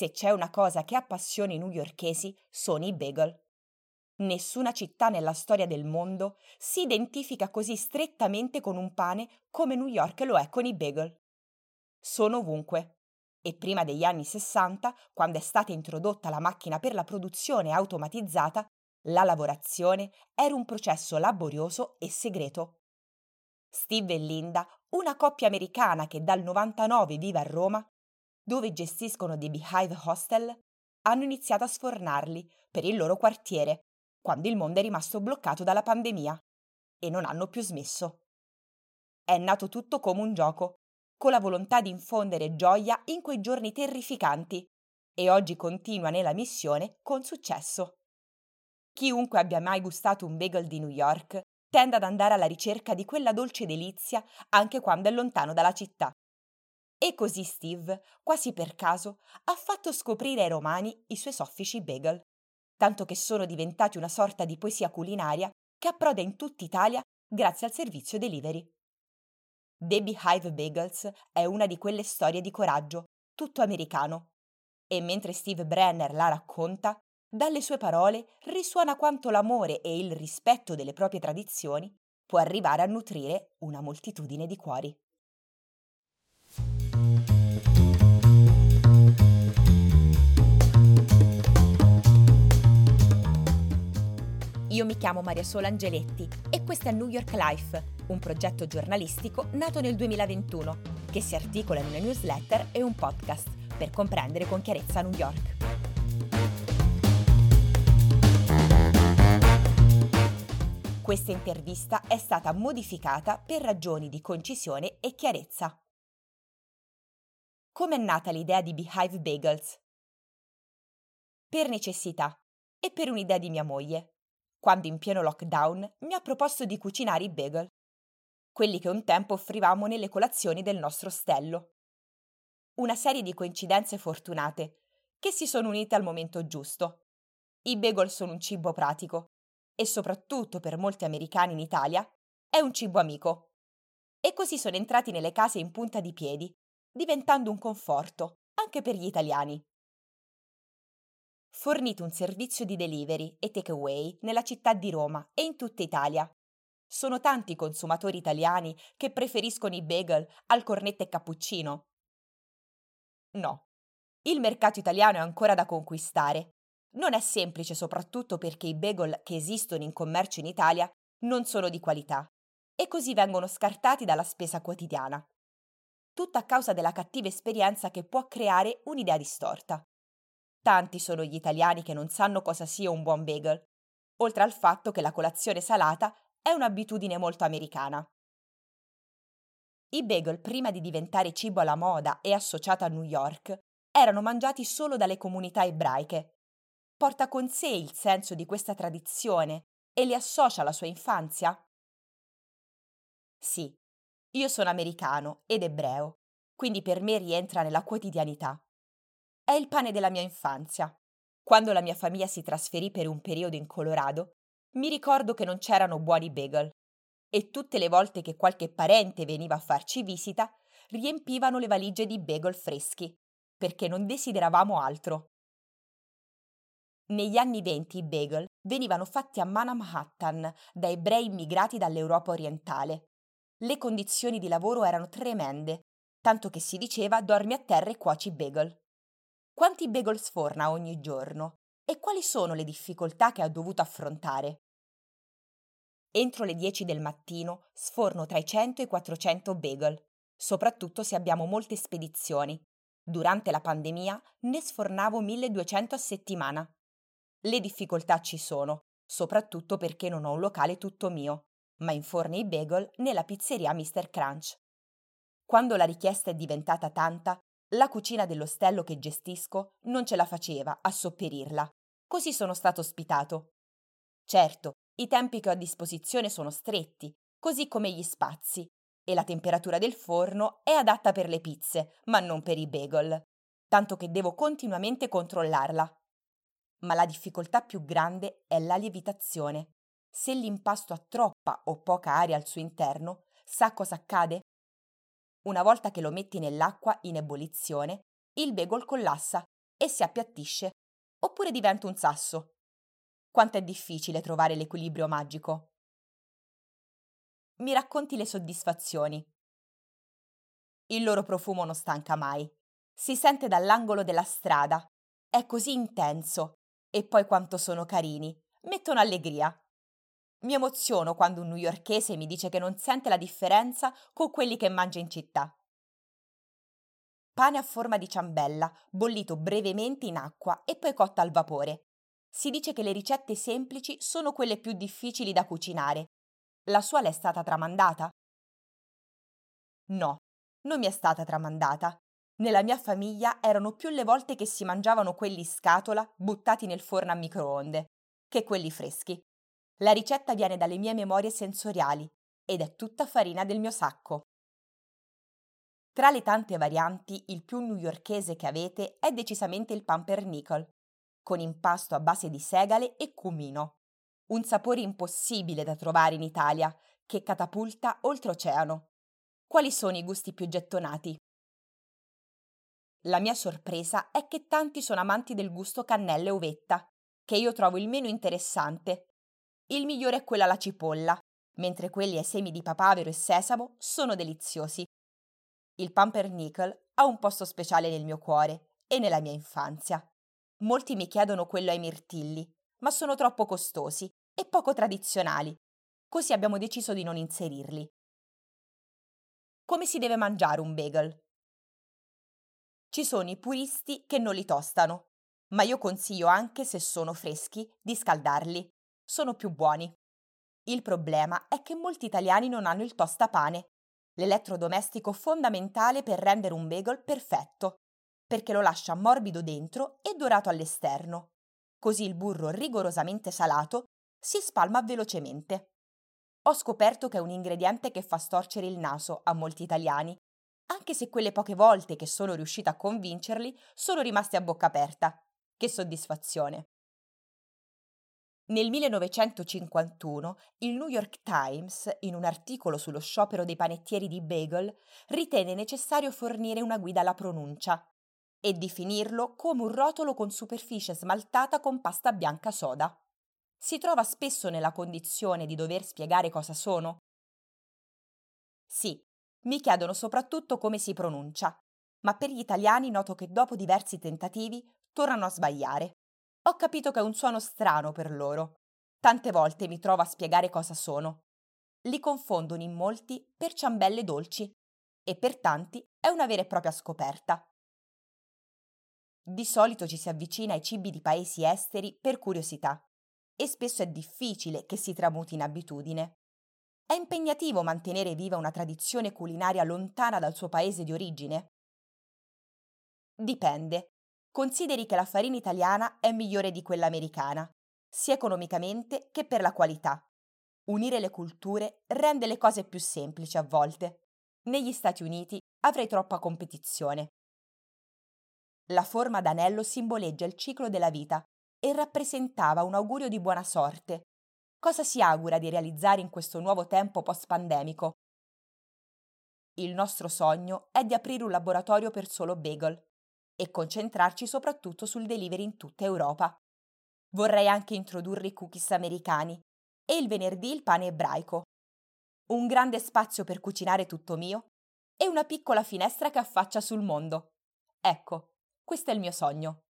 Se c'è una cosa che appassiona i newyorkesi, sono i bagel. Nessuna città nella storia del mondo si identifica così strettamente con un pane come New York lo è con i bagel. Sono ovunque. E prima degli anni 60, quando è stata introdotta la macchina per la produzione automatizzata, la lavorazione era un processo laborioso e segreto. Steve e Linda, una coppia americana che dal 99 vive a Roma, dove gestiscono The Beehive Hostel, hanno iniziato a sfornarli per il loro quartiere, quando il mondo è rimasto bloccato dalla pandemia, e non hanno più smesso. È nato tutto come un gioco, con la volontà di infondere gioia in quei giorni terrificanti, e oggi continua nella missione con successo. Chiunque abbia mai gustato un bagel di New York tende ad andare alla ricerca di quella dolce delizia anche quando è lontano dalla città. E così Steve, quasi per caso, ha fatto scoprire ai romani i suoi soffici bagel, tanto che sono diventati una sorta di poesia culinaria che approda in tutta Italia grazie al servizio delivery. The Beehive Bagels è una di quelle storie di coraggio, tutto americano. E mentre Steve Brenner la racconta, dalle sue parole risuona quanto l'amore e il rispetto delle proprie tradizioni può arrivare a nutrire una moltitudine di cuori. Io mi chiamo Maria Sola Angeletti e questo è New York Life, un progetto giornalistico nato nel 2021 che si articola in una newsletter e un podcast per comprendere con chiarezza New York. Questa intervista è stata modificata per ragioni di concisione e chiarezza. Come è nata l'idea di Beehive Bagels? Per necessità e per un'idea di mia moglie, quando in pieno lockdown mi ha proposto di cucinare i bagel, quelli che un tempo offrivamo nelle colazioni del nostro ostello. Una serie di coincidenze fortunate che si sono unite al momento giusto. I bagel sono un cibo pratico e soprattutto per molti americani in Italia è un cibo amico. E così sono entrati nelle case in punta di piedi, diventando un conforto anche per gli italiani. Fornite un servizio di delivery e takeaway nella città di Roma e in tutta Italia. Sono tanti i consumatori italiani che preferiscono i bagel al cornetto e cappuccino. No, il mercato italiano è ancora da conquistare. Non è semplice soprattutto perché i bagel che esistono in commercio in Italia non sono di qualità e così vengono scartati dalla spesa quotidiana. Tutto a causa della cattiva esperienza che può creare un'idea distorta. Tanti sono gli italiani che non sanno cosa sia un buon bagel, oltre al fatto che la colazione salata è un'abitudine molto americana. I bagel, prima di diventare cibo alla moda e associato a New York, erano mangiati solo dalle comunità ebraiche. Porta con sé il senso di questa tradizione e li associa alla sua infanzia? Sì, io sono americano ed ebreo, quindi per me rientra nella quotidianità. È il pane della mia infanzia. Quando la mia famiglia si trasferì per un periodo in Colorado, mi ricordo che non c'erano buoni bagel e tutte le volte che qualche parente veniva a farci visita, riempivano le valigie di bagel freschi, perché non desideravamo altro. Negli anni 20 i bagel venivano fatti a mano a Manhattan da ebrei immigrati dall'Europa orientale. Le condizioni di lavoro erano tremende, tanto che si diceva dormi a terra e cuoci bagel. Quanti bagel sforna ogni giorno? E quali sono le difficoltà che ha dovuto affrontare? Entro le 10 del mattino sforno tra i 100 e i 400 bagel, soprattutto se abbiamo molte spedizioni. Durante la pandemia ne sfornavo 1200 a settimana. Le difficoltà ci sono, soprattutto perché non ho un locale tutto mio, ma inforno i bagel nella pizzeria Mr. Crunch. Quando la richiesta è diventata tanta, la cucina dell'ostello che gestisco non ce la faceva a sopperirla. Così sono stato ospitato. Certo, i tempi che ho a disposizione sono stretti, così come gli spazi, e la temperatura del forno è adatta per le pizze, ma non per i bagel, tanto che devo continuamente controllarla. Ma la difficoltà più grande è la lievitazione. Se l'impasto ha troppa o poca aria al suo interno, sa cosa accade? Una volta che lo metti nell'acqua in ebollizione, il bagel collassa e si appiattisce, oppure diventa un sasso. Quanto è difficile trovare l'equilibrio magico. Mi racconti le soddisfazioni. Il loro profumo non stanca mai. Si sente dall'angolo della strada. È così intenso. E poi quanto sono carini. Mettono allegria. Mi emoziono quando un newyorkese mi dice che non sente la differenza con quelli che mangia in città. Pane a forma di ciambella, bollito brevemente in acqua e poi cotto al vapore. Si dice che le ricette semplici sono quelle più difficili da cucinare. La sua le è stata tramandata? No, non mi è stata tramandata. Nella mia famiglia erano più le volte che si mangiavano quelli in scatola, buttati nel forno a microonde, che quelli freschi. La ricetta viene dalle mie memorie sensoriali ed è tutta farina del mio sacco. Tra le tante varianti, il più newyorkese che avete è decisamente il pumpernickel, con impasto a base di segale e cumino. Un sapore impossibile da trovare in Italia, che catapulta oltreoceano. Quali sono i gusti più gettonati? La mia sorpresa è che tanti sono amanti del gusto cannella e uvetta, che io trovo il meno interessante. Il migliore è quello alla cipolla, mentre quelli ai semi di papavero e sesamo sono deliziosi. Il pumpernickel ha un posto speciale nel mio cuore e nella mia infanzia. Molti mi chiedono quello ai mirtilli, ma sono troppo costosi e poco tradizionali, così abbiamo deciso di non inserirli. Come si deve mangiare un bagel? Ci sono i puristi che non li tostano, ma io consiglio anche, se sono freschi, di scaldarli. Sono più buoni. Il problema è che molti italiani non hanno il tostapane, l'elettrodomestico fondamentale per rendere un bagel perfetto, perché lo lascia morbido dentro e dorato all'esterno. Così il burro rigorosamente salato si spalma velocemente. Ho scoperto che è un ingrediente che fa storcere il naso a molti italiani, anche se quelle poche volte che sono riuscita a convincerli sono rimasti a bocca aperta. Che soddisfazione! Nel 1951 il New York Times, in un articolo sullo sciopero dei panettieri di bagel, ritenne necessario fornire una guida alla pronuncia e definirlo come un rotolo con superficie smaltata con pasta bianca soda. Si trova spesso nella condizione di dover spiegare cosa sono? Sì, mi chiedono soprattutto come si pronuncia, ma per gli italiani noto che dopo diversi tentativi tornano a sbagliare. Ho capito che è un suono strano per loro. Tante volte mi trovo a spiegare cosa sono. Li confondono in molti per ciambelle dolci e per tanti è una vera e propria scoperta. Di solito ci si avvicina ai cibi di paesi esteri per curiosità e spesso è difficile che si tramuti in abitudine. È impegnativo mantenere viva una tradizione culinaria lontana dal suo paese di origine? Dipende. Consideri che la farina italiana è migliore di quella americana, sia economicamente che per la qualità. Unire le culture rende le cose più semplici a volte. Negli Stati Uniti avrei troppa competizione. La forma d'anello simboleggia il ciclo della vita e rappresentava un augurio di buona sorte. Cosa si augura di realizzare in questo nuovo tempo post-pandemico? Il nostro sogno è di aprire un laboratorio per solo bagel e concentrarci soprattutto sul delivery in tutta Europa. Vorrei anche introdurre i cookies americani e il venerdì il pane ebraico. Un grande spazio per cucinare tutto mio e una piccola finestra che affaccia sul mondo. Ecco, questo è il mio sogno.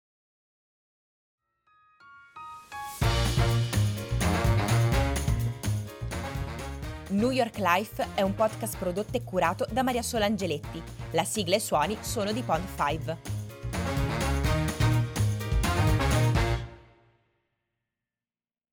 New York Life è un podcast prodotto e curato da Maria Sola Angeletti. La sigla e i suoni sono di Pond 5.